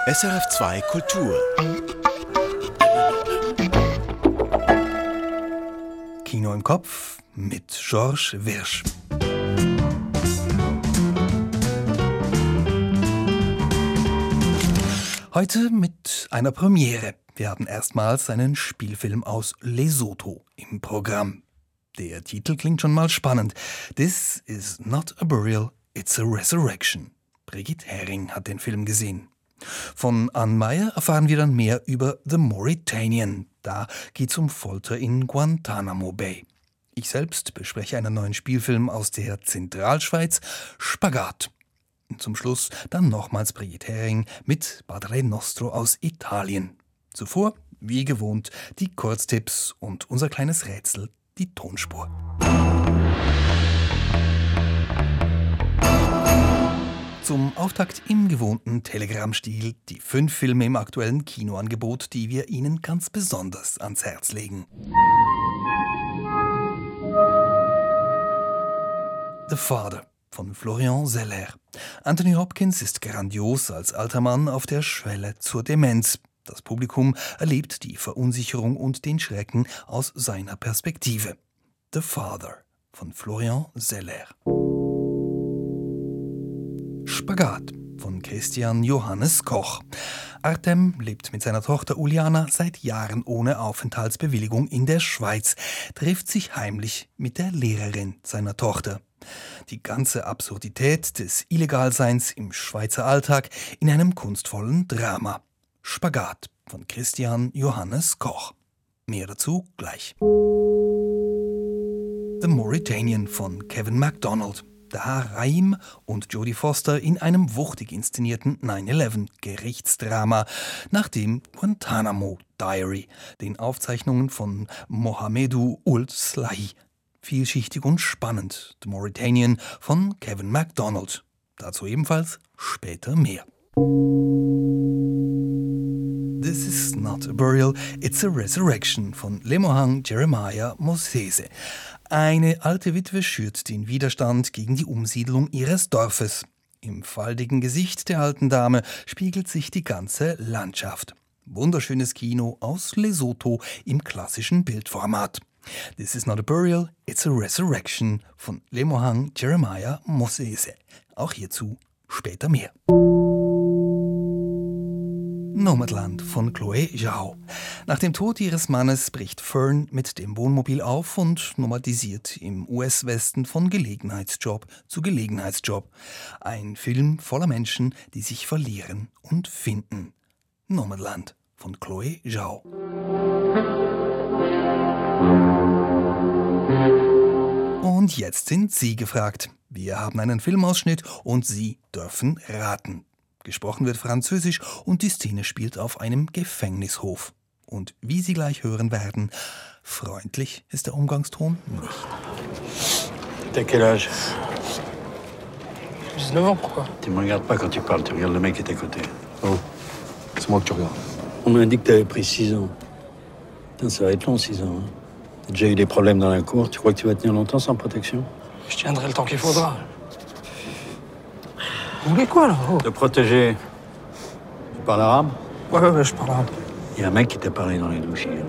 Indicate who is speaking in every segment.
Speaker 1: SRF2 Kultur.
Speaker 2: Kino im Kopf mit Georges Wirsch. Heute mit einer Premiere. Wir haben erstmals einen Spielfilm aus Lesotho im Programm. Der Titel klingt schon mal spannend. This is not a burial, it's a resurrection. Brigitte Hering hat den Film gesehen. Von Anne Meyer erfahren wir dann mehr über The Mauritanian. Da geht's um Folter in Guantanamo Bay. Ich selbst bespreche einen neuen Spielfilm aus der Zentralschweiz, Spagat. Und zum Schluss dann nochmals Brigitte Hering mit Padre Nostro aus Italien. Zuvor, wie gewohnt, die Kurztipps und unser kleines Rätsel, die Tonspur. Zum Auftakt im gewohnten Telegram-Stil die 5 Filme im aktuellen Kinoangebot, die wir Ihnen ganz besonders ans Herz legen. The Father von Florian Zeller. Anthony Hopkins ist grandios als alter Mann auf der Schwelle zur Demenz. Das Publikum erlebt die Verunsicherung und den Schrecken aus seiner Perspektive. The Father von Florian Zeller. Spagat von Christian Johannes Koch. Artem lebt mit seiner Tochter Uliana seit Jahren ohne Aufenthaltsbewilligung in der Schweiz, trifft sich heimlich mit der Lehrerin seiner Tochter. Die ganze Absurdität des Illegalseins im Schweizer Alltag in einem kunstvollen Drama. Spagat von Christian Johannes Koch. Mehr dazu gleich. The Mauritanian von Kevin MacDonald. Da Raim und Jodie Foster in einem wuchtig inszenierten 9/11-Gerichtsdrama nach dem Guantanamo Diary, den Aufzeichnungen von Mohamedou Ould Slahi. Vielschichtig und spannend. The Mauritanian von Kevin MacDonald. Dazu ebenfalls später mehr. This is not a burial, it's a resurrection von Lemohang Jeremiah Mosese. Eine alte Witwe schürt den Widerstand gegen die Umsiedlung ihres Dorfes. Im faltigen Gesicht der alten Dame spiegelt sich die ganze Landschaft. Wunderschönes Kino aus Lesotho im klassischen Bildformat. This is not a burial, it's a resurrection von Lemohang Jeremiah Mosese. Auch hierzu später mehr. Nomadland von Chloe Zhao. Nach dem Tod ihres Mannes bricht Fern mit dem Wohnmobil auf und nomadisiert im US-Westen von Gelegenheitsjob zu Gelegenheitsjob. Ein Film voller Menschen, die sich verlieren und finden. Nomadland von Chloe Zhao. Und jetzt sind Sie gefragt. Wir haben einen Filmausschnitt und Sie dürfen raten. Gesprochen wird Französisch und die Szene spielt auf einem Gefängnishof. Und wie Sie gleich hören werden, freundlich ist der Umgangston nicht.
Speaker 3: T'as quel âge?
Speaker 4: 19 ans, pourquoi?
Speaker 3: Tu me regardes pas quand tu parles, tu regardes le mec qui est à côté.
Speaker 4: Oh, c'est moi que tu regardes.
Speaker 3: On m'a dit que t'avais pris 6 ans. Putain, ça va être long, 6 ans. Hein. T'as déjà eu des problèmes dans la cour, tu crois que tu vas tenir longtemps sans protection?
Speaker 4: Je tiendrai le temps qu'il faudra. Vous voulez quoi, là? Oh.
Speaker 3: Te protéger. Tu parles arabe?
Speaker 4: Ouais, je parle arabe.
Speaker 3: Il y a un mec qui t'a parlé dans les douches hier.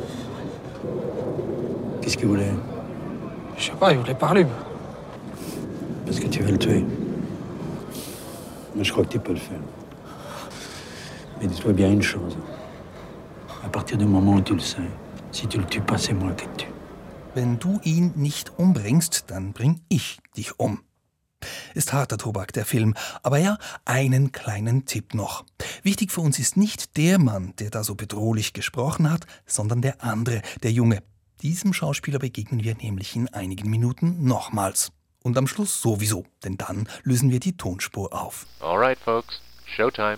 Speaker 3: Qu'est-ce qu'il voulait?
Speaker 4: Je sais pas, il voulait parler.
Speaker 3: Parce que tu veux le tuer. Moi, je crois que tu peux le faire. Mais dis-toi bien une chose. À partir du moment où tu le sais, si tu le tues pas, c'est moi qui te tue.
Speaker 2: Wenn du ihn nicht umbringst, dann bring ich dich um. Ist harter Tobak, der Film. Aber ja, einen kleinen Tipp noch. Wichtig für uns ist nicht der Mann, der da so bedrohlich gesprochen hat, sondern der andere, der Junge. Diesem Schauspieler begegnen wir nämlich in einigen Minuten nochmals. Und am Schluss sowieso, denn dann lösen wir die Tonspur auf.
Speaker 5: Alright, folks. Showtime.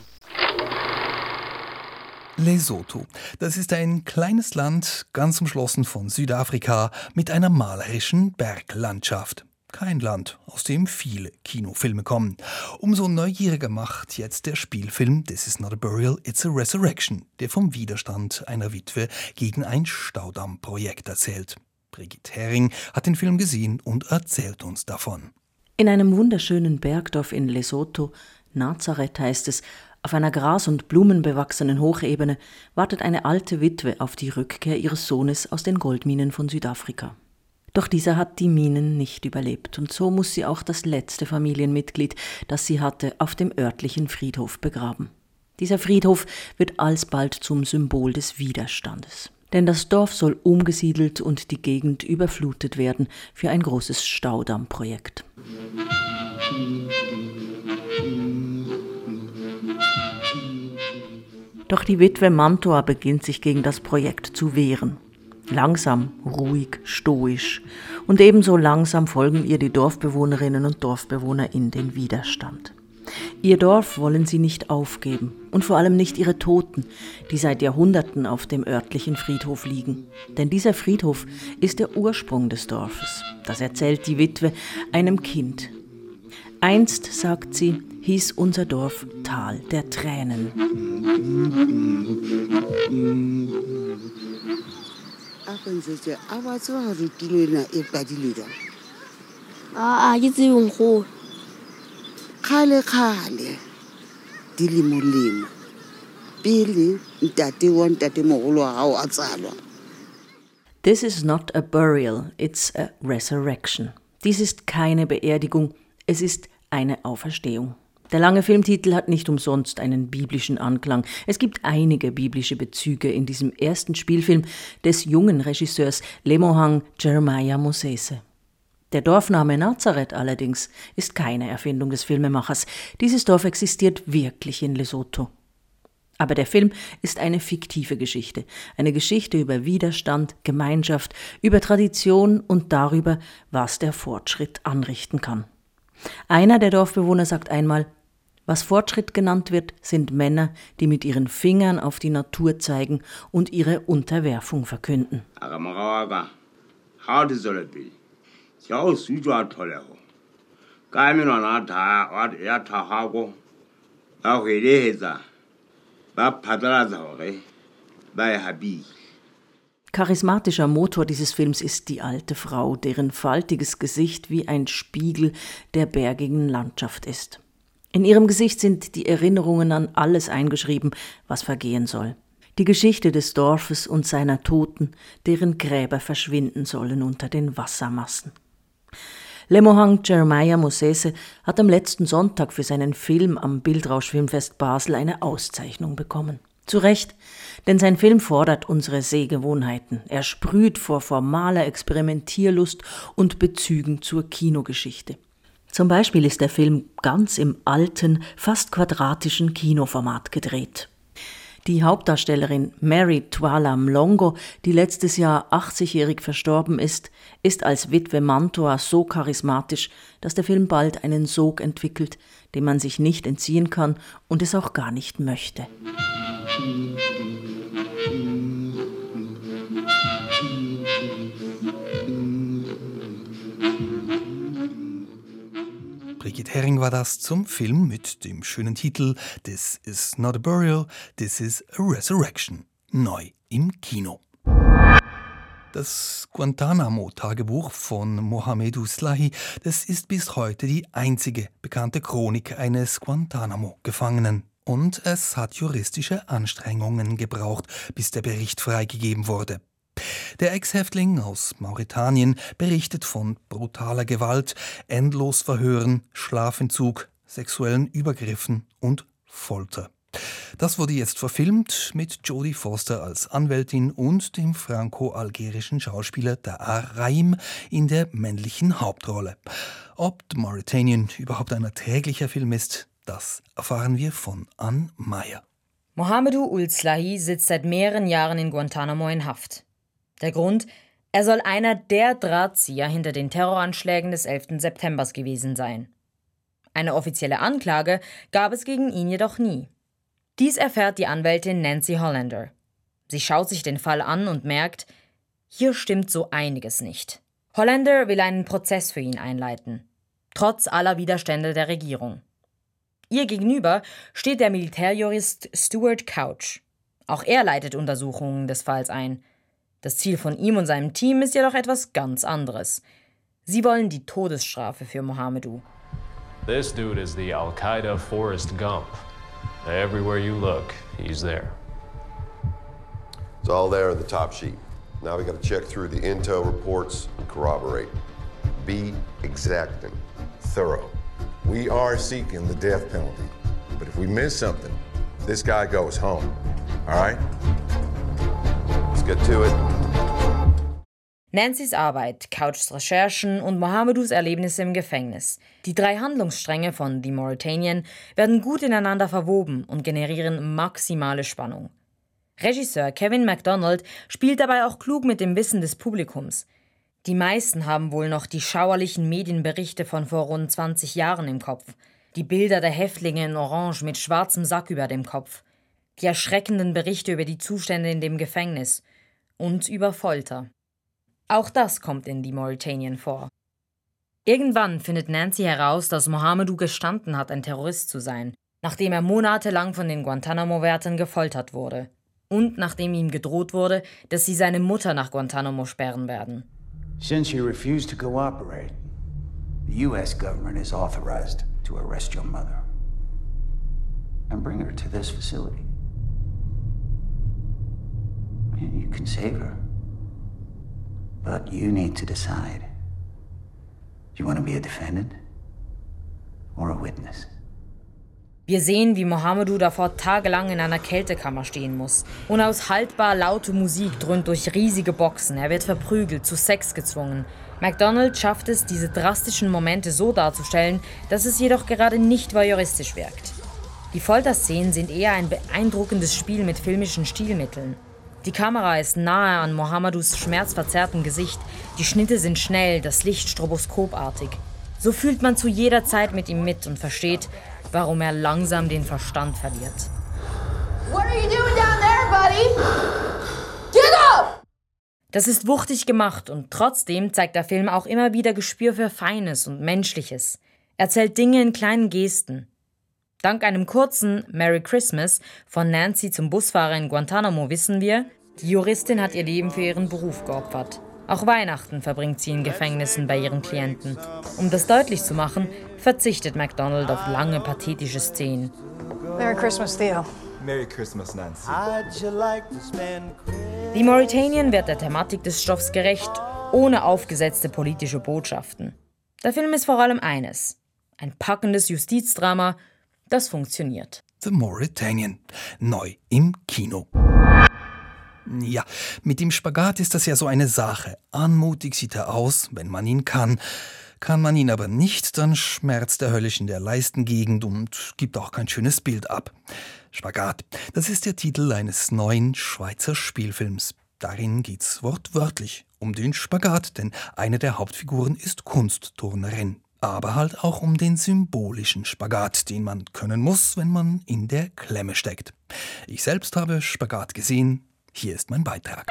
Speaker 2: Lesotho. Das ist ein kleines Land, ganz umschlossen von Südafrika, mit einer malerischen Berglandschaft. Kein Land, aus dem viele Kinofilme kommen. Umso neugieriger macht jetzt der Spielfilm This is not a burial, it's a resurrection, der vom Widerstand einer Witwe gegen ein Staudammprojekt erzählt. Brigitte Hering hat den Film gesehen und erzählt uns davon.
Speaker 6: In einem wunderschönen Bergdorf in Lesotho, Nazareth heißt es,
Speaker 1: Auf einer gras- und blumenbewachsenen Hochebene wartet eine alte Witwe auf die Rückkehr ihres Sohnes aus den Goldminen von Südafrika. Doch dieser hat die Minen nicht überlebt und so muss sie auch das letzte Familienmitglied, das sie hatte, auf dem örtlichen Friedhof begraben. Dieser Friedhof wird alsbald zum Symbol des Widerstandes. Denn das Dorf soll umgesiedelt und die Gegend überflutet werden für ein großes Staudammprojekt. Doch die Witwe Mantua beginnt sich gegen das Projekt zu wehren. Langsam, ruhig, stoisch. Und ebenso langsam folgen ihr die Dorfbewohnerinnen und Dorfbewohner in den Widerstand. Ihr Dorf wollen sie nicht aufgeben und vor allem nicht ihre Toten, die seit Jahrhunderten auf dem örtlichen Friedhof liegen. Denn dieser Friedhof ist der Ursprung des Dorfes. Das erzählt die Witwe einem Kind. Einst, sagt sie, hieß unser Dorf Tal der Tränen.
Speaker 6: Kgale dilemo pele ntate wa ntatemogolo wa gago a tsalwa.
Speaker 1: This is not a burial, it's a resurrection. Dies ist keine Beerdigung, es ist eine Auferstehung. Der lange Filmtitel hat nicht umsonst einen biblischen Anklang. Es gibt einige biblische Bezüge in diesem ersten Spielfilm des jungen Regisseurs Lemohang Jeremiah Mosese. Der Dorfname Nazareth allerdings ist keine Erfindung des Filmemachers. Dieses Dorf existiert wirklich in Lesotho. Aber der Film ist eine fiktive Geschichte. Eine Geschichte über Widerstand, Gemeinschaft, über Tradition und darüber, was der Fortschritt anrichten kann. Einer der Dorfbewohner sagt einmal, was Fortschritt genannt wird, sind Männer, die mit ihren Fingern auf die Natur zeigen und ihre Unterwerfung verkünden. Charismatischer Motor dieses Films ist die alte Frau, deren faltiges Gesicht wie ein Spiegel der bergigen Landschaft ist. In ihrem Gesicht sind die Erinnerungen an alles eingeschrieben, was vergehen soll. Die Geschichte des Dorfes und seiner Toten, deren Gräber verschwinden sollen unter den Wassermassen. Lemohang Jeremiah Mosese hat am letzten Sonntag für seinen Film am Bildrausch-Filmfest Basel eine Auszeichnung bekommen. Zu Recht, denn sein Film fordert unsere Sehgewohnheiten. Er sprüht vor formaler Experimentierlust und Bezügen zur Kinogeschichte. Zum Beispiel ist der Film ganz im alten, fast quadratischen Kinoformat gedreht. Die Hauptdarstellerin Mary Twala Mlongo, die letztes Jahr 80-jährig verstorben ist als Witwe Mantua so charismatisch, dass der Film bald einen Sog entwickelt, dem man sich nicht entziehen kann und es auch gar nicht möchte.
Speaker 2: Brigitte Hering war das zum Film mit dem schönen Titel This is not a burial, this is a resurrection. Neu im Kino. Das Guantanamo-Tagebuch von Mohamedou Slahi, das ist bis heute die einzige bekannte Chronik eines Guantanamo-Gefangenen. Und es hat juristische Anstrengungen gebraucht, bis der Bericht freigegeben wurde. Der Ex-Häftling aus Mauretanien berichtet von brutaler Gewalt, Endlosverhören, Schlafentzug, sexuellen Übergriffen und Folter. Das wurde jetzt verfilmt mit Jodie Foster als Anwältin und dem franco-algerischen Schauspieler Tahar Rahim in der männlichen Hauptrolle. Ob The Mauritanian überhaupt ein erträglicher Film ist, das erfahren wir von Ann Meyer.
Speaker 7: Mohamedou Ould Slahi sitzt seit mehreren Jahren in Guantanamo in Haft. Der Grund? Er soll einer der Drahtzieher hinter den Terroranschlägen des 11. September gewesen sein. Eine offizielle Anklage gab es gegen ihn jedoch nie. Dies erfährt die Anwältin Nancy Hollander. Sie schaut sich den Fall an und merkt, hier stimmt so einiges nicht. Hollander will einen Prozess für ihn einleiten, trotz aller Widerstände der Regierung. Ihr gegenüber steht der Militärjurist Stuart Couch. Auch er leitet Untersuchungen des Falls ein. Das Ziel von ihm und seinem Team ist jedoch etwas ganz anderes. Sie wollen die Todesstrafe für Mohamedou.
Speaker 8: This dude is the Al-Qaeda Forrest Gump. Everywhere you look, he's there.
Speaker 9: It's all there in the top sheet. Now we got to check through the intel reports and corroborate. Be exacting, thorough.
Speaker 10: We are seeking the death penalty. But if we miss something, this guy goes home. All right?
Speaker 9: Let's get to it.
Speaker 7: Nancys Arbeit, Couchs Recherchen und Mohamedous Erlebnisse im Gefängnis. Die 3 Handlungsstränge von The Mauritanian werden gut ineinander verwoben und generieren maximale Spannung. Regisseur Kevin MacDonald spielt dabei auch klug mit dem Wissen des Publikums. Die meisten haben wohl noch die schauerlichen Medienberichte von vor rund 20 Jahren im Kopf. Die Bilder der Häftlinge in Orange mit schwarzem Sack über dem Kopf. Die erschreckenden Berichte über die Zustände in dem Gefängnis. Und über Folter. Auch das kommt in The Mauritanian vor. Irgendwann findet Nancy heraus, dass Mohamedou gestanden hat, ein Terrorist zu sein, nachdem er monatelang von den Guantanamo-Wärtern gefoltert wurde. Und nachdem ihm gedroht wurde, dass sie seine Mutter nach Guantanamo sperren werden.
Speaker 3: Since you refuse to cooperate, the U.S. government is authorized to arrest your mother and bring her to this facility. You can save her, but you need to decide. Do you want to be a defendant or a witness?
Speaker 7: Wir sehen, wie Mohamedou davor tagelang in einer Kältekammer stehen muss. Unaushaltbar laute Musik dröhnt durch riesige Boxen. Er wird verprügelt, zu Sex gezwungen. MacDonald schafft es, diese drastischen Momente so darzustellen, dass es jedoch gerade nicht voyeuristisch wirkt. Die Folterszenen sind eher ein beeindruckendes Spiel mit filmischen Stilmitteln. Die Kamera ist nahe an Mohamedous schmerzverzerrtem Gesicht. Die Schnitte sind schnell, das Licht stroboskopartig. So fühlt man zu jeder Zeit mit ihm mit und versteht, warum er langsam den Verstand verliert.
Speaker 11: What are you doing down there, buddy? Get up!
Speaker 7: Das ist wuchtig gemacht und trotzdem zeigt der Film auch immer wieder Gespür für Feines und Menschliches. Er erzählt Dinge in kleinen Gesten. Dank einem kurzen Merry Christmas von Nancy zum Busfahrer in Guantanamo wissen wir, die Juristin hat ihr Leben für ihren Beruf geopfert. Auch Weihnachten verbringt sie in Gefängnissen bei ihren Klienten. Um das deutlich zu machen, verzichtet MacDonald auf lange, pathetische Szenen.
Speaker 11: Merry Christmas, Theo.
Speaker 12: Merry Christmas, Nancy.
Speaker 7: The Mauritanian wird der Thematik des Stoffs gerecht, ohne aufgesetzte politische Botschaften. Der Film ist vor allem eines: ein packendes Justizdrama, das funktioniert.
Speaker 2: The Mauritanian. Neu im Kino. Ja, mit dem Spagat ist das ja so eine Sache. Anmutig sieht er aus, wenn man ihn kann. Kann man ihn aber nicht, dann schmerzt er höllisch in der Leistengegend und gibt auch kein schönes Bild ab. Spagat, das ist der Titel eines neuen Schweizer Spielfilms. Darin geht's wortwörtlich um den Spagat, denn eine der Hauptfiguren ist Kunstturnerin. Aber halt auch um den symbolischen Spagat, den man können muss, wenn man in der Klemme steckt. Ich selbst habe Spagat gesehen. Hier ist mein Beitrag.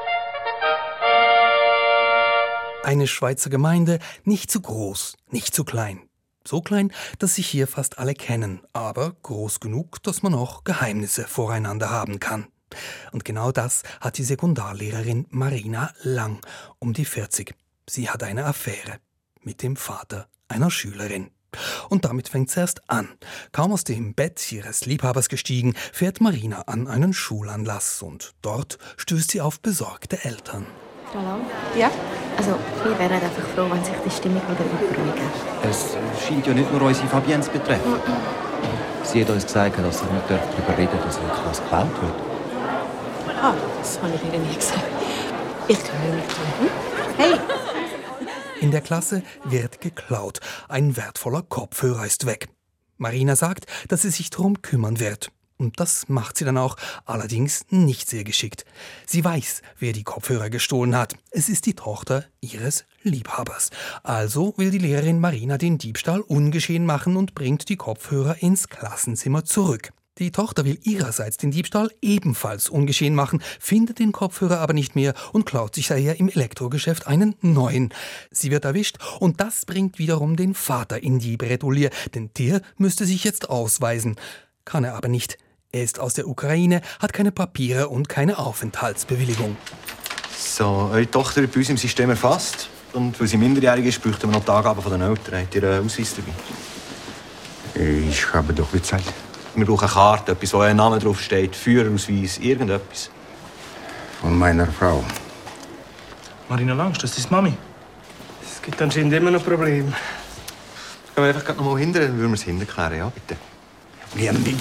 Speaker 2: Eine Schweizer Gemeinde, nicht zu groß, nicht zu klein. So klein, dass sich hier fast alle kennen, aber groß genug, dass man auch Geheimnisse voreinander haben kann. Und genau das hat die Sekundarlehrerin Marina Lang, um die 40. Sie hat eine Affäre mit dem Vater einer Schülerin. Und damit fängt es erst an. Kaum aus dem Bett ihres Liebhabers gestiegen, fährt Marina an einen Schulanlass und dort stößt sie auf besorgte Eltern.
Speaker 13: Hallo?
Speaker 14: Ja?
Speaker 13: Also, wir wären einfach froh, wenn sich die Stimmung wieder beruhigen.
Speaker 15: Es scheint ja nicht nur unsere Fabienne zu betreffen. Sie hat uns gesagt, dass sie nicht darüber reden dürfen, dass wirklich was geklaut wird.
Speaker 13: Ah, das habe ich ihr nie gesagt. Ich kann nicht tun. Hey!
Speaker 2: In der Klasse wird geklaut. Ein wertvoller Kopfhörer ist weg. Marina sagt, dass sie sich darum kümmern wird. Und das macht sie dann auch, allerdings nicht sehr geschickt. Sie weiß, wer die Kopfhörer gestohlen hat. Es ist die Tochter ihres Liebhabers. Also will die Lehrerin Marina den Diebstahl ungeschehen machen und bringt die Kopfhörer ins Klassenzimmer zurück. Die Tochter will ihrerseits den Diebstahl ebenfalls ungeschehen machen, findet den Kopfhörer aber nicht mehr und klaut sich daher im Elektrogeschäft einen neuen. Sie wird erwischt und das bringt wiederum den Vater in die Bredouille, denn der müsste sich jetzt ausweisen. Kann er aber nicht. Er ist aus der Ukraine, hat keine Papiere und keine Aufenthaltsbewilligung.
Speaker 15: So, eure Tochter wird bei uns im System erfasst. Und weil sie minderjährig ist, bräuchten wir noch die Angaben von den Eltern. Habt ihr einen Ausweis dabei?
Speaker 10: Ich habe doch bezahlt.
Speaker 15: Wir brauchen eine Karte, etwas, wo ein Name draufsteht, Führerausweis, irgendetwas.
Speaker 10: Von meiner Frau.
Speaker 4: Marina Langst, das ist deine Mami. Es gibt anscheinend immer noch Probleme.
Speaker 15: Können wir einfach noch mal hinter, dann würden wir es hinten klären, ja, bitte.
Speaker 2: Niemand.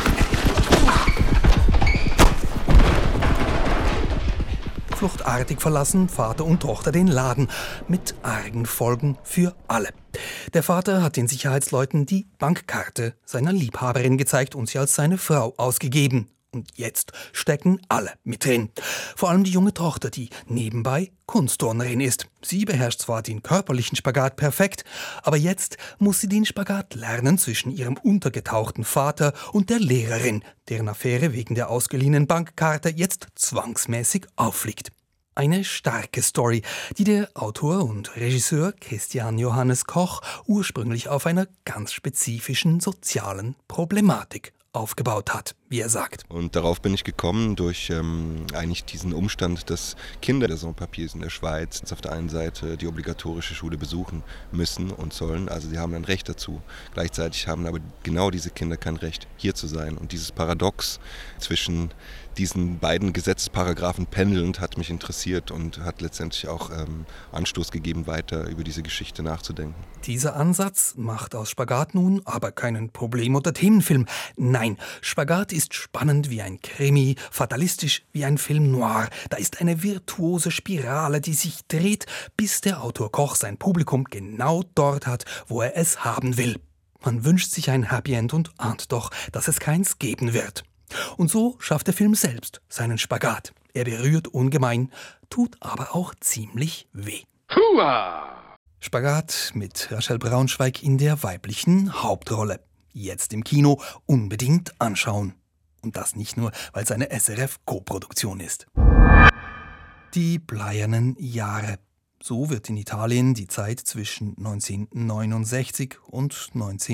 Speaker 2: Fluchtartig verlassen Vater und Tochter den Laden, mit argen Folgen für alle. Der Vater hat den Sicherheitsleuten die Bankkarte seiner Liebhaberin gezeigt und sie als seine Frau ausgegeben. Und jetzt stecken alle mit drin. Vor allem die junge Tochter, die nebenbei Kunstturnerin ist. Sie beherrscht zwar den körperlichen Spagat perfekt, aber jetzt muss sie den Spagat lernen zwischen ihrem untergetauchten Vater und der Lehrerin, deren Affäre wegen der ausgeliehenen Bankkarte jetzt zwangsmäßig auffliegt. Eine starke Story, die der Autor und Regisseur Christian Johannes Koch ursprünglich auf einer ganz spezifischen sozialen Problematik aufgebaut hat, wie er sagt.
Speaker 14: Und darauf bin ich gekommen durch eigentlich diesen Umstand, dass Kinder der Sans-Papiers in der Schweiz auf der einen Seite die obligatorische Schule besuchen müssen und sollen, also sie haben ein Recht dazu. Gleichzeitig haben aber genau diese Kinder kein Recht, hier zu sein. Und dieses Paradox zwischen diesen beiden Gesetzesparagraphen pendelnd hat mich interessiert und hat letztendlich auch Anstoß gegeben, weiter über diese Geschichte nachzudenken.
Speaker 2: Dieser Ansatz macht aus Spagat nun aber keinen Problem- oder Themenfilm. Nein, Spagat ist spannend wie ein Krimi, fatalistisch wie ein Film noir. Da ist eine virtuose Spirale, die sich dreht, bis der Autor Koch sein Publikum genau dort hat, wo er es haben will. Man wünscht sich ein Happy End und ahnt doch, dass es keins geben wird. Und so schafft der Film selbst seinen Spagat. Er berührt ungemein, tut aber auch ziemlich weh.
Speaker 5: Hua!
Speaker 2: Spagat mit Rachel Braunschweig in der weiblichen Hauptrolle. Jetzt im Kino unbedingt anschauen. Und das nicht nur, weil es eine SRF-Koproduktion ist. Die bleiernen Jahre. So wird in Italien die Zeit zwischen 1969 und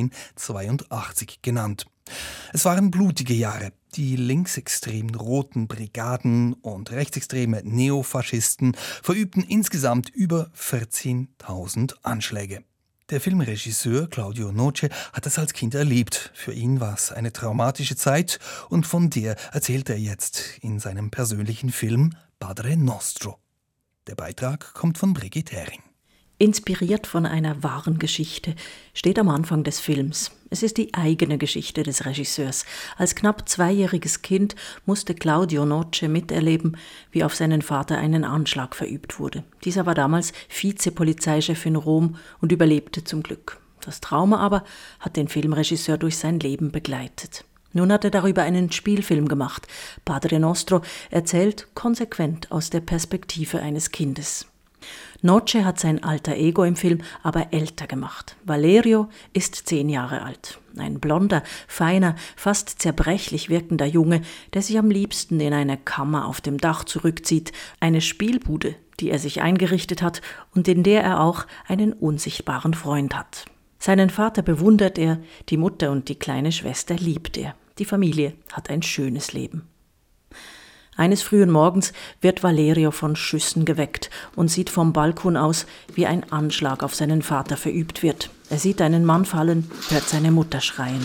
Speaker 2: 1982 genannt. Es waren blutige Jahre. Die linksextremen Roten Brigaden und rechtsextreme Neofaschisten verübten insgesamt über 14.000 Anschläge. Der Filmregisseur Claudio Noce hat es als Kind erlebt. Für ihn war es eine traumatische Zeit und von der erzählt er jetzt in seinem persönlichen Film Padre Nostro. Der Beitrag kommt von Brigitte Hering.
Speaker 1: Inspiriert von einer wahren Geschichte steht am Anfang des Films. Es ist die eigene Geschichte des Regisseurs. Als knapp 2-jähriges Kind musste Claudio Noce miterleben, wie auf seinen Vater einen Anschlag verübt wurde. Dieser war damals Vizepolizeichef in Rom und überlebte zum Glück. Das Trauma aber hat den Filmregisseur durch sein Leben begleitet. Nun hat er darüber einen Spielfilm gemacht. Padre Nostro erzählt konsequent aus der Perspektive eines Kindes. Noce hat sein alter Ego im Film aber älter gemacht. Valerio ist 10 Jahre alt. Ein blonder, feiner, fast zerbrechlich wirkender Junge, der sich am liebsten in eine Kammer auf dem Dach zurückzieht, eine Spielbude, die er sich eingerichtet hat und in der er auch einen unsichtbaren Freund hat. Seinen Vater bewundert er, die Mutter und die kleine Schwester liebt er. Die Familie hat ein schönes Leben. Eines frühen Morgens wird Valerio von Schüssen geweckt und sieht vom Balkon aus, wie ein Anschlag auf seinen Vater verübt wird. Er sieht einen Mann fallen, hört seine Mutter schreien.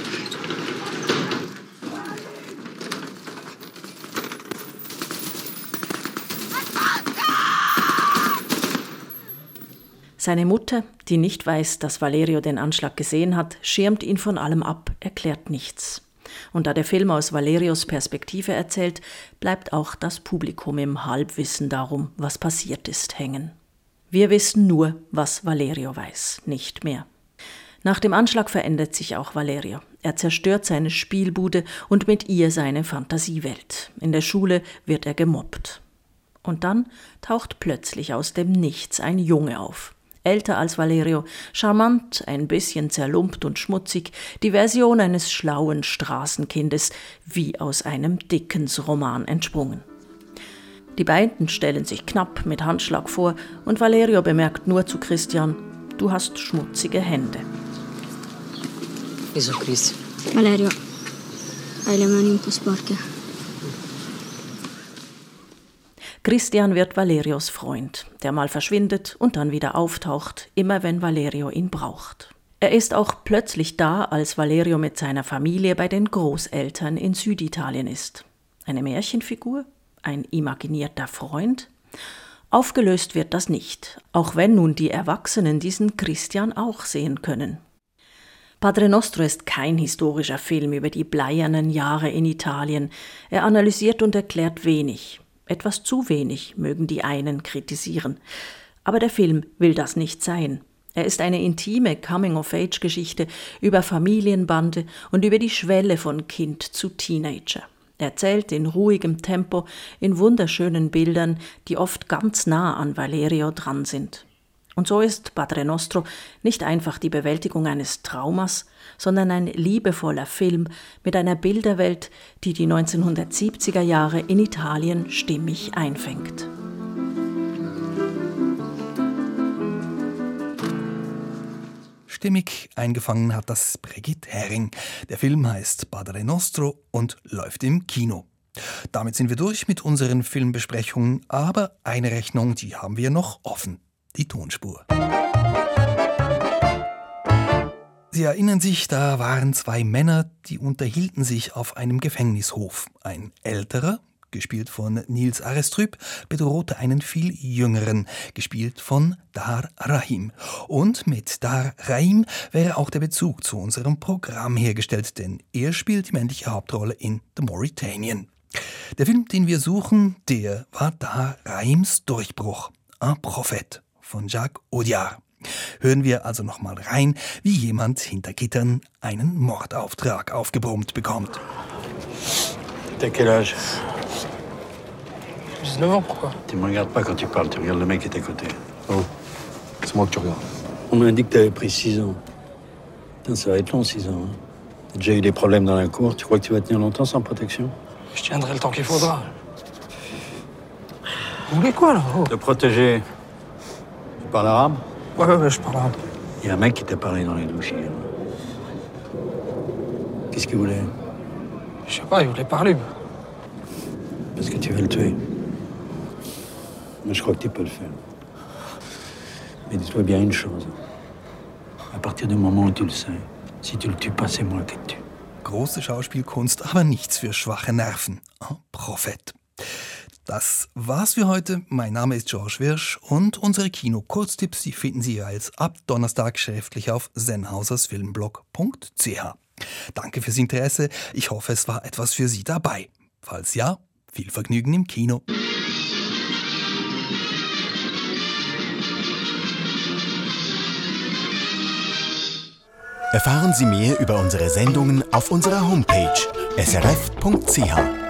Speaker 1: Seine Mutter, die nicht weiß, dass Valerio den Anschlag gesehen hat, schirmt ihn von allem ab, erklärt nichts. Und da der Film aus Valerios Perspektive erzählt, bleibt auch das Publikum im Halbwissen darum, was passiert ist, hängen. Wir wissen nur, was Valerio weiß, nicht mehr. Nach dem Anschlag verändert sich auch Valerio. Er zerstört seine Spielbude und mit ihr seine Fantasiewelt. In der Schule wird er gemobbt. Und dann taucht plötzlich aus dem Nichts ein Junge auf. Älter als Valerio, charmant, ein bisschen zerlumpt und schmutzig, die Version eines schlauen Straßenkindes, wie aus einem Dickens-Roman entsprungen. Die beiden stellen sich knapp mit Handschlag vor und Valerio bemerkt nur zu Christian: Du hast schmutzige Hände.
Speaker 13: Wieso, Chris?
Speaker 16: Valerio, hai le mani un po' sporche.
Speaker 1: Christian wird Valerios Freund, der mal verschwindet und dann wieder auftaucht, immer wenn Valerio ihn braucht. Er ist auch plötzlich da, als Valerio mit seiner Familie bei den Großeltern in Süditalien ist. Eine Märchenfigur? Ein imaginierter Freund? Aufgelöst wird das nicht, auch wenn nun die Erwachsenen diesen Christian auch sehen können. Padre Nostro ist kein historischer Film über die bleiernen Jahre in Italien. Er analysiert und erklärt wenig. Etwas zu wenig, mögen die einen kritisieren. Aber der Film will das nicht sein. Er ist eine intime Coming-of-Age-Geschichte über Familienbande und über die Schwelle von Kind zu Teenager. Er erzählt in ruhigem Tempo, in wunderschönen Bildern, die oft ganz nah an Valerio dran sind. Und so ist Padre Nostro nicht einfach die Bewältigung eines Traumas, sondern ein liebevoller Film mit einer Bilderwelt, die die 1970er Jahre in Italien stimmig einfängt.
Speaker 2: Stimmig eingefangen hat das Brigitte Hering. Der Film heißt Padre Nostro und läuft im Kino. Damit sind wir durch mit unseren Filmbesprechungen, aber eine Rechnung, die haben wir noch offen. Die Tonspur. Sie erinnern sich, da waren zwei Männer, die unterhielten sich auf einem Gefängnishof. Ein älterer, gespielt von Nils Arestrup, bedrohte einen viel jüngeren, gespielt von Dar Rahim. Und mit Dar Rahim wäre auch der Bezug zu unserem Programm hergestellt, denn er spielt die männliche Hauptrolle in The Mauritanian. Der Film, den wir suchen, der war Dar Rahims Durchbruch, Un Prophète von Jacques Audiard. Hören wir also noch mal rein, wie jemand hinter Gittern einen Mordauftrag aufgebrummt bekommt.
Speaker 3: T'as quel âge?
Speaker 4: 19 ans, pourquoi?
Speaker 3: Tu me regardes pas quand tu parles, tu regardes le mec qui est à côté.
Speaker 12: Oh, c'est moi que tu regardes.
Speaker 3: On m'a dit que t'avais pris 6 ans. Putain, ça va être long, 6 ans. Hein. T'as déjà eu des problèmes dans la cour, tu crois que tu vas tenir longtemps sans protection?
Speaker 4: Je tiendrai le temps qu'il faudra. Vous voulez quoi, là? Oh.
Speaker 3: Te protéger. Tu parles arabe?
Speaker 4: Ouais, je parle arabe.
Speaker 3: Il y a un mec qui t'a parlé dans les douches hier. Qu'est-ce qu'il voulait?
Speaker 4: Je sais pas, il voulait parler.
Speaker 3: Parce que tu veux le tuer. Moi, je crois que tu peux le faire. Mais dis-toi bien une chose. À partir du moment où tu le sais, si tu le tues pas, c'est moi qui te tue.
Speaker 2: Große Schauspielkunst, aber nichts für schwache Nerven. Un Prophète. Das war's für heute. Mein Name ist George Wirsch und unsere Kino-Kurztipps, die finden Sie jeweils ab Donnerstag schriftlich auf sennhausersfilmblog.ch. Danke fürs Interesse. Ich hoffe, es war etwas für Sie dabei. Falls ja, viel Vergnügen im Kino.
Speaker 17: Erfahren Sie mehr über unsere Sendungen auf unserer Homepage srf.ch.